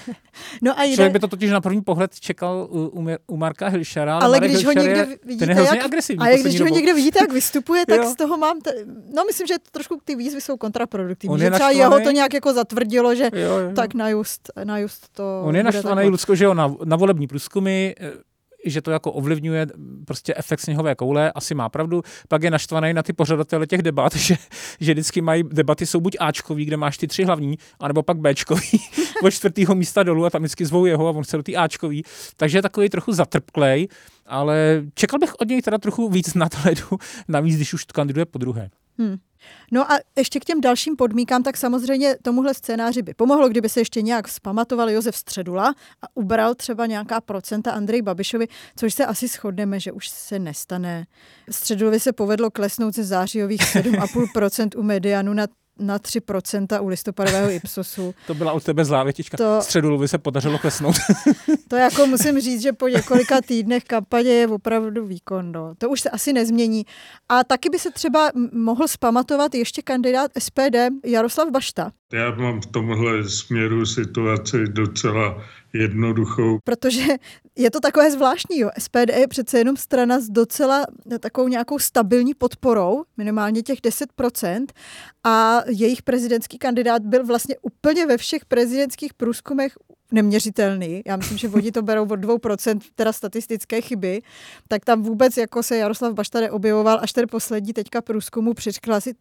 No a člověk by to totiž na první pohled čekal u Marka Hilšera, ale když ho někde vidíte, když ho někde vidíte, jak vystupuje, tak z toho mám... myslím, že trošku ty výzvy jsou kontraproduktivní. Že třeba jeho to nějak jako zatvrdilo, že tak na just to... On je naštvaný, Lucko, že jo, na volební průzkumy, že to jako ovlivňuje prostě efekt sněhové koule, asi má pravdu. Pak je naštvaný na ty pořadatele těch debat, že vždycky mají debaty jsou buď Ačkový, kde máš ty 3 hlavní, anebo pak Bčkový od 4. místa dolů a tam vždycky zvou jeho a on se do ty Ačkový. Takže je takový trochu zatrpklej, ale čekal bych od něj teda trochu víc nadhledu, navíc, když už kandiduje podruhé. No a ještě k těm dalším podmínkám, tak samozřejmě tomuhle scénáři by pomohlo, kdyby se ještě nějak vzpamatoval Josef Středula a ubral třeba nějaká procenta Andreji Babišovi, což se asi shodneme, že už se nestane. Středulovi se povedlo klesnout ze zářijových 7,5% u Medianu na 3% u listopadového Ipsosu. To byla od tebe závětička. Středulovi se podařilo klesnout. To jako musím říct, že po několika týdnech kampaně je opravdu výkon. No. To už se asi nezmění. A taky by se třeba mohl zpamatovat ještě kandidát SPD Jaroslav Bašta. Já mám v tomhle směru situaci docela jednoduchou. Protože je to takové zvláštní. Jo. SPD je přece jenom strana s docela takovou nějakou stabilní podporou, minimálně těch 10%, a jejich prezidentský kandidát byl vlastně úplně ve všech prezidentských průzkumech neměřitelný. Já myslím, že oni to berou od 2%, teda statistické chyby, tak tam vůbec jako se Jaroslav Bašta neobjevoval, až ten poslední teďka průzkumu přiškl asi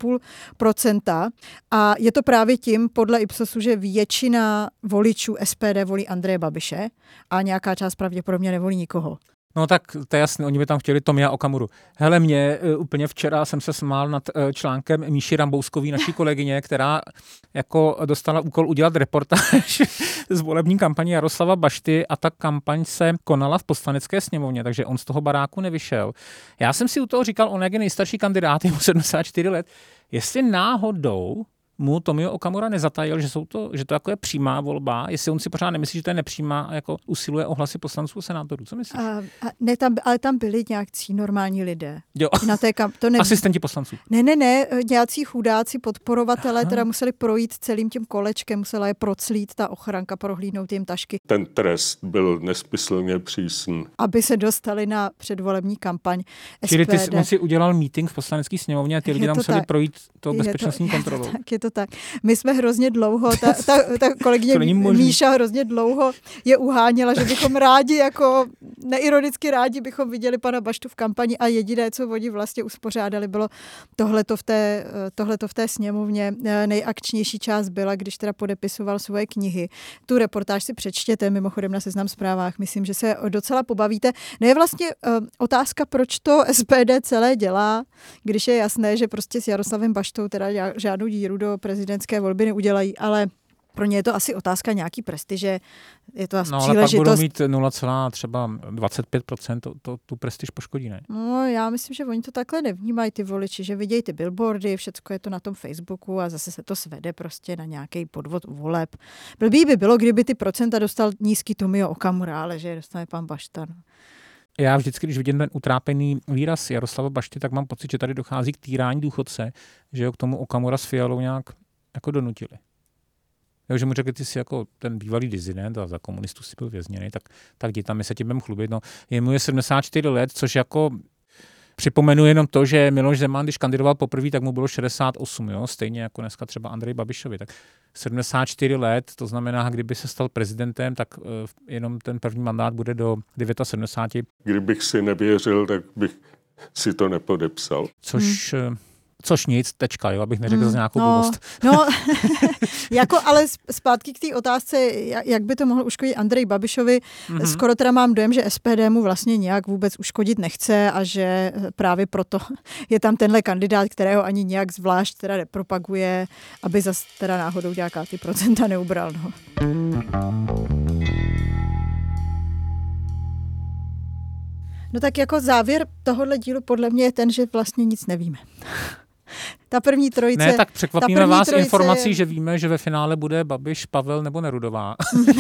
3,5%. A je to právě tím, podle Ipsosu, že většina voličů SPD volí Andreje Babiše a nějaká část pravděpodobně nevolí nikoho. No tak to je jasné, oni by tam chtěli Tomia Okamuru. Hele, mě úplně včera jsem se smál nad článkem Míši Rambouskový, naší kolegyně, která jako dostala úkol udělat reportáž z volební kampaně Jaroslava Bašty a ta kampaň se konala v Poslanecké sněmovně, takže on z toho baráku nevyšel. Já jsem si u toho říkal, on jak je nejstarší kandidát, je mu 74 let, jestli náhodou mu Tomio Okamura nezatajil, že to jako je přímá volba, jestli on si pořád nemyslí, že to je nepřímá a jako usiluje o hlasy poslanců a senátorů. Co myslíš? Ne, ale tam byli nějakcí normální lidé. Jo. Asistenti poslanců. Ne, nějací chudáci, podporovatelé teda museli projít celým tím kolečkem, musela je proclít ta ochranka, prohlídnout jim tašky. Ten trest byl nesmyslně přísný. Aby se dostali na předvolební kampaň SPD. Čili on si udělal meeting v poslanecké sněmovně a ty lidi tam museli projít tou bezpečnostní kontrolou. Je to tak. My jsme hrozně dlouho, ta kolegyně Míša hrozně dlouho je uháněla, že bychom rádi, jako neironicky bychom viděli pana Baštu v kampani a jediné, co oni vlastně uspořádali, bylo tohleto v té sněmovně. Nejakčnější část byla, když teda podepisoval svoje knihy. Tu reportáž si přečtěte, mimochodem na Seznam Zprávách. Myslím, že se docela pobavíte. No je vlastně otázka, proč to SPD celé dělá, když je jasné, že prostě s Jaroslavem Baštou teda žádnou díru do prezidentské volby neudělají, ale pro ně je to asi otázka nějaký prestiže, je to asi příležitost. Ale pak budou mít 0,25%, tu prestiž poškodí, ne? No, já myslím, že oni to takhle nevnímají, ty voliči, že vidějí ty billboardy, všecko je to na tom Facebooku a zase se to svede prostě na nějaký podvod voleb. Blbý by bylo, kdyby ty procenta dostal nízký Tomio Okamura, ale že dostane pan Bašta. No. Já vždycky, když vidím ten utrápený výraz Jaroslava Bašty, tak mám pocit, že tady dochází k týrání důchodce, že ho k tomu Okamura s Fialou nějak jako donutili. Takže mu řekli, ty jsi jako ten bývalý dizident a za komunistů si byl vězněný, tak jdi tam, my se tím budeme chlubit. No, jemu je 74 let, což jako připomenu jenom to, že Miloš Zeman, když kandidoval poprvé, tak mu bylo 68, jo? Stejně jako dneska třeba Andrej Babišovi. Tak 74 let, to znamená, kdyby se stal prezidentem, tak jenom ten první mandát bude do 79. Kdybych si nevěřil, tak bych si to nepodepsal. Což nic, tečka, jo, abych neřekl za nějakou blbost. No, jako ale zpátky k té otázce, jak by to mohlo uškodit Andrej Babišovi, skoro teda mám dojem, že SPD mu vlastně nějak vůbec uškodit nechce a že právě proto je tam tenhle kandidát, kterého ani nějak zvlášť teda nepropaguje, aby zase teda náhodou nějaká ty procenta neubral. No. No tak jako závěr tohohle dílu podle mě je ten, že vlastně nic nevíme. Ta první trojice... Ne, tak překvapíme vás informací, že víme, že ve finále bude Babiš, Pavel nebo Nerudová.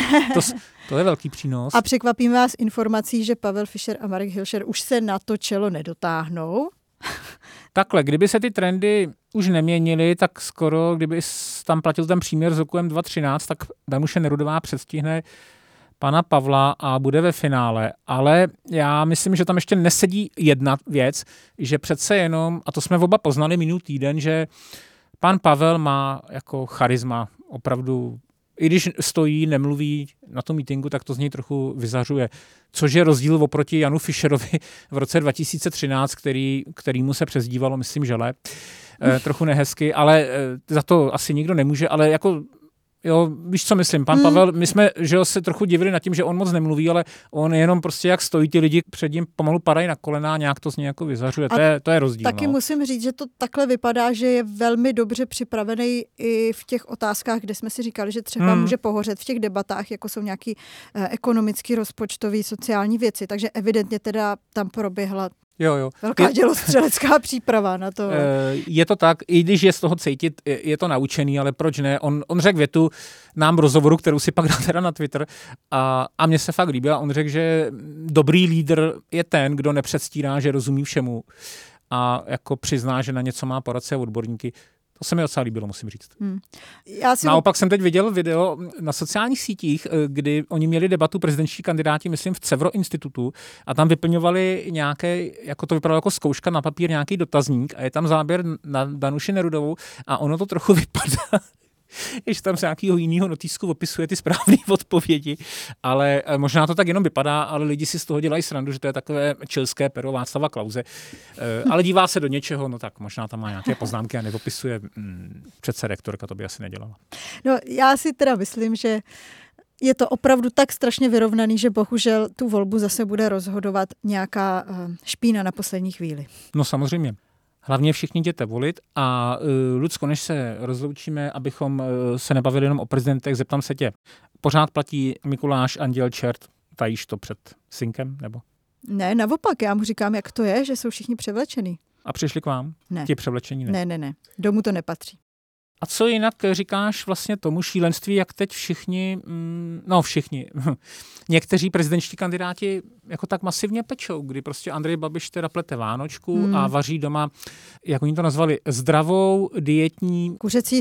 To je velký přínos. A překvapíme vás informací, že Pavel Fischer a Marek Hilšer už se na to čelo nedotáhnou. Takhle, kdyby se ty trendy už neměnily, tak skoro, kdyby tam platil ten příměr s rokem 2013, tak Danuše Nerudová předstihne pana Pavla a bude ve finále, ale já myslím, že tam ještě nesedí jedna věc, že přece jenom, a to jsme oba poznali minulý týden, že pan Pavel má jako charisma opravdu, i když stojí, nemluví na tom mítinku, tak to z něj trochu vyzařuje. Což je rozdíl oproti Janu Fischerovi v roce 2013, kterýmu se přezdívalo, myslím, žele. Trochu nehezky, ale za to asi nikdo nemůže, ale jako jo, víš, co myslím, pan Pavel, my jsme že se trochu divili nad tím, že on moc nemluví, ale on jenom prostě jak stojí, ty lidi před ním pomalu padají na kolena a nějak to z něj jako vyzařuje. To je rozdíl. Taky musím říct, že to takhle vypadá, že je velmi dobře připravený i v těch otázkách, kde jsme si říkali, že třeba může pohořet v těch debatách, jako jsou nějaký ekonomický, rozpočtový, sociální věci, takže evidentně teda tam proběhla velká dělostřelecká příprava na to. Je to tak, i když je z toho cítit, je to naučený, ale proč ne? On řekl větu nám v rozhovoru, kterou si pak dal teda na Twitter a mně se fakt líbila. On řekl, že dobrý lídr je ten, kdo nepředstírá, že rozumí všemu a jako přizná, že na něco má poradce a odborníky. To se mi docela líbilo, musím říct. Naopak jsem teď viděl video na sociálních sítích, kdy oni měli debatu prezidentští kandidáti, myslím, v Cevro institutu a tam vyplňovali nějaké, jako to vypadalo jako zkouška na papír, nějaký dotazník a je tam záběr na Danuši Nerudovou a ono to trochu vypadá, že tam z nějakého jiného notýsku opisuje ty správné odpovědi, ale možná to tak jenom vypadá, ale lidi si z toho dělají srandu, že to je takové čilské pero Václava Klause. Ale dívá se do něčeho, no tak možná tam má nějaké poznámky a neopisuje. Přece rektorka to by asi nedělala. No já si teda myslím, že Je to opravdu tak strašně vyrovnaný, že bohužel tu volbu zase bude rozhodovat nějaká špína na poslední chvíli. No samozřejmě. Hlavně všichni jděte volit a Lucko, než se rozloučíme, abychom se nebavili jenom o prezidentech, zeptám se tě. Pořád platí Mikuláš, anděl, čert, tajíš to před synkem, nebo? Ne, naopak, já mu říkám, jak to je, že jsou všichni převlečený. A přišli k vám? Ne. Ti převlečení ne? Ne. Domů to nepatří. A co jinak říkáš vlastně tomu šílenství, jak teď všichni, někteří prezidentští kandidáti jako tak masivně pečou, kdy prostě Andrej Babiš teda plete vánočku a vaří doma, jak oni to nazvali, zdravou dietní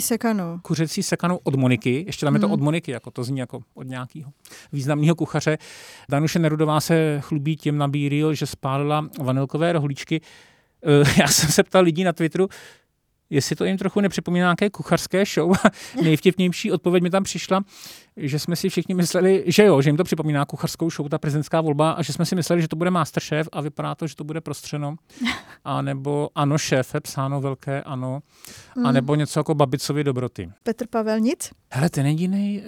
kuřecí sekanou od Moniky, ještě tam je to od Moniky, jako to zní jako od nějakého významného kuchaře. Danuše Nerudová se chlubí tím na BeReal, že spálila vanilkové rohlíčky. Já jsem se ptal lidí na Twitteru, jestli to jim trochu nepřipomíná nějaké kuchařské show. Nejvtipnější odpověď mi tam přišla, že jsme si všichni mysleli, že jo, že jim to připomíná kuchařskou show, ta prezidentská volba, a že jsme si mysleli, že to bude Masterchef a vypadá to, že to bude prostřeno. A nebo ano, šéfe, psáno velké ano. A nebo něco jako Babicovi dobroty. Petr Pavel nic? Hele, ten jedinej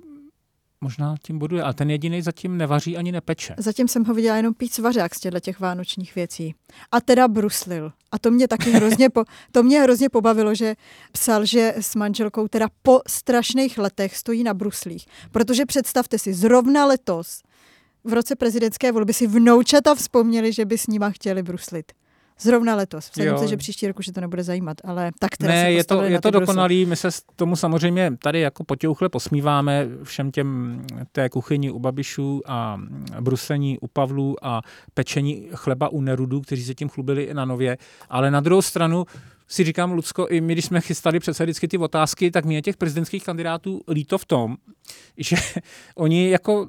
možná tím boduje, ale ten jedinej zatím nevaří ani nepeče. Zatím jsem ho viděla jenom pít svařák z těch vánočních věcí. A teda bruslil. A to mě taky hrozně pobavilo, že psal, že s manželkou teda po strašných letech stojí na bruslích. Protože představte si, zrovna letos v roce prezidentské volby si vnoučata vzpomněli, že by s nima chtěli bruslit. Zrovna letos. Vzhledem se, že příští roku že to nebude zajímat, ale tak teda ne, se je to dokonalý, my se tomu samozřejmě tady jako potěuchle posmíváme všem těm té kuchyni u Babišů a bruslení u Pavlů a pečení chleba u Nerudů, kteří se tím chlubili i na Nově, ale na druhou stranu si říkám, Lucko, i my, když jsme chystali přece vždycky ty otázky, tak mě těch prezidentských kandidátů líto v tom, že oni jako,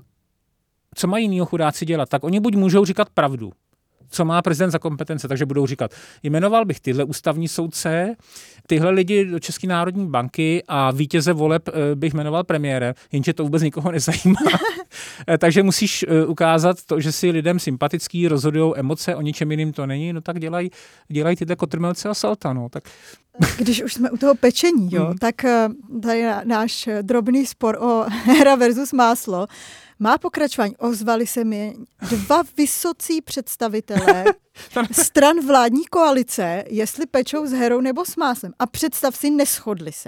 co mají jinýho chudáci dělat, tak oni buď můžou říkat pravdu, co má prezident za kompetence, takže budou říkat, jmenoval bych tyhle ústavní soudce, tyhle lidi do České národní banky a vítěze voleb bych jmenoval premiérem, jenže to vůbec nikoho nezajímá. Takže musíš ukázat to, že si lidem sympatický, rozhodujou emoce, o ničem jiným to není, no tak dělají tyhle kotrmelce a salta, no. Tak. Když už jsme u toho pečení, tak tady náš drobný spor o hera versus máslo má pokračování. Ozvali se mi dva vysocí představitelé stran vládní koalice, jestli pečou s herou nebo s máslem. A představ si, neshodli se.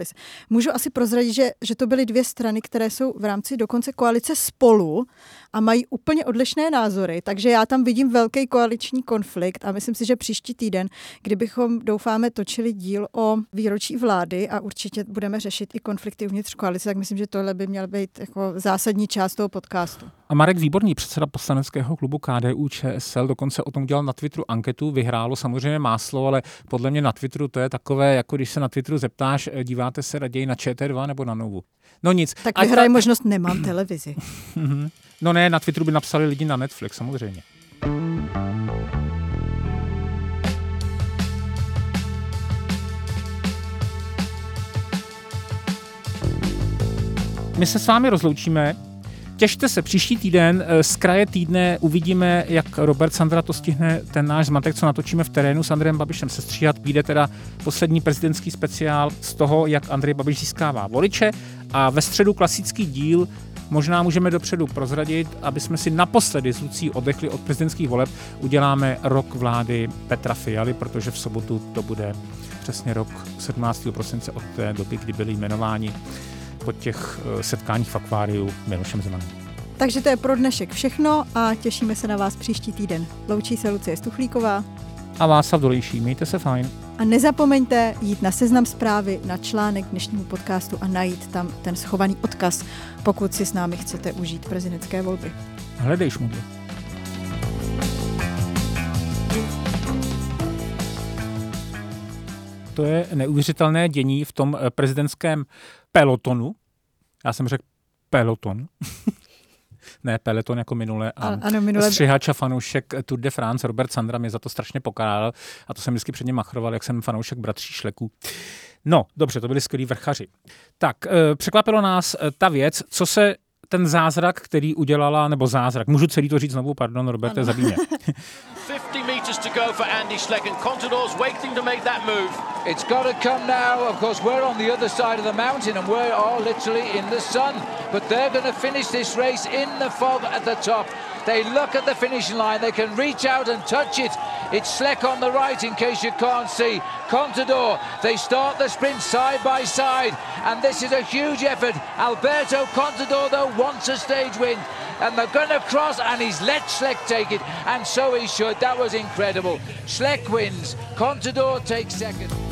Můžu asi prozradit, že to byly dvě strany, které jsou v rámci dokonce koalice spolu a mají úplně odlišné názory, takže já tam vidím velký koaliční konflikt a myslím si, že příští týden, kdybychom, doufáme, točili díl o výročí vlády a určitě budeme řešit i konflikty uvnitř koalice, tak myslím, že tohle by měl být jako zásadní část toho podcastu. A Marek Výborný, předseda poslaneckého klubu KDU-ČSL, dokonce o tom dělal na Twitteru anketu, vyhrálo samozřejmě máslo, ale podle mě na Twitteru to je takové, jako když se na Twitteru zeptáš, díváte se raději na ČT2 nebo na Novu. No nic. Tak vyhraje možnost, nemám televizi. No ne, na Twitteru by napsali lidi na Netflix, samozřejmě. My se s vámi rozloučíme. Těšte se, příští týden, z kraje týdne uvidíme, jak Robert Sandra to stihne, ten náš zmatek, co natočíme v terénu s Andrejem Babišem sestříhat. Vyjde teda poslední prezidentský speciál z toho, jak Andrej Babiš získává voliče a ve středu klasický díl. Možná můžeme dopředu prozradit, aby jsme si naposledy s Lucí oddechli od prezidentských voleb. Uděláme rok vlády Petra Fialy, protože v sobotu to bude přesně rok 17. prosince od té doby, kdy byli jmenováni po těch setkáních v akváriu Milošem Zemanem. Takže to je pro dnešek všechno a těšíme se na vás příští týden. Loučí se Lucie Stuchlíková a Václav Dolejší. Mějte se fajn. A nezapomeňte jít na Seznam Zprávy, na článek dnešnímu podcastu a najít tam ten schovaný odkaz, pokud si s námi chcete užít prezidentské volby. Hledej šmudlo. To je neuvěřitelné dění v tom prezidentském pelotonu. Já jsem řekl peloton. Ne, peleton jako minule. Ano, minule. Střihač a fanoušek Tour de France Robert Sandra mě za to strašně pokáral a to jsem vždycky před ním machroval, jak jsem fanoušek bratří Šleků. No, dobře, to byli skvělí vrchaři. Tak, překvapilo nás ta věc, co se ten zázrak, který udělala, nebo zázrak, můžu celý to říct znovu, pardon, Roberte, zabij mě. 50 metres to go for Andy Schleck, and Contador's waiting to make that move. It's got to come now. Of course, we're on the other side of the mountain and we are literally in the sun. But they're going to finish this race in the fog at the top. They look at the finishing line. They can reach out and touch it. It's Schleck on the right, in case you can't see. Contador, they start the sprint side by side. And this is a huge effort. Alberto Contador, though, wants a stage win. And they're going to cross, and he's let Schleck take it. And so he should. That was incredible. Schleck wins. Contador takes second.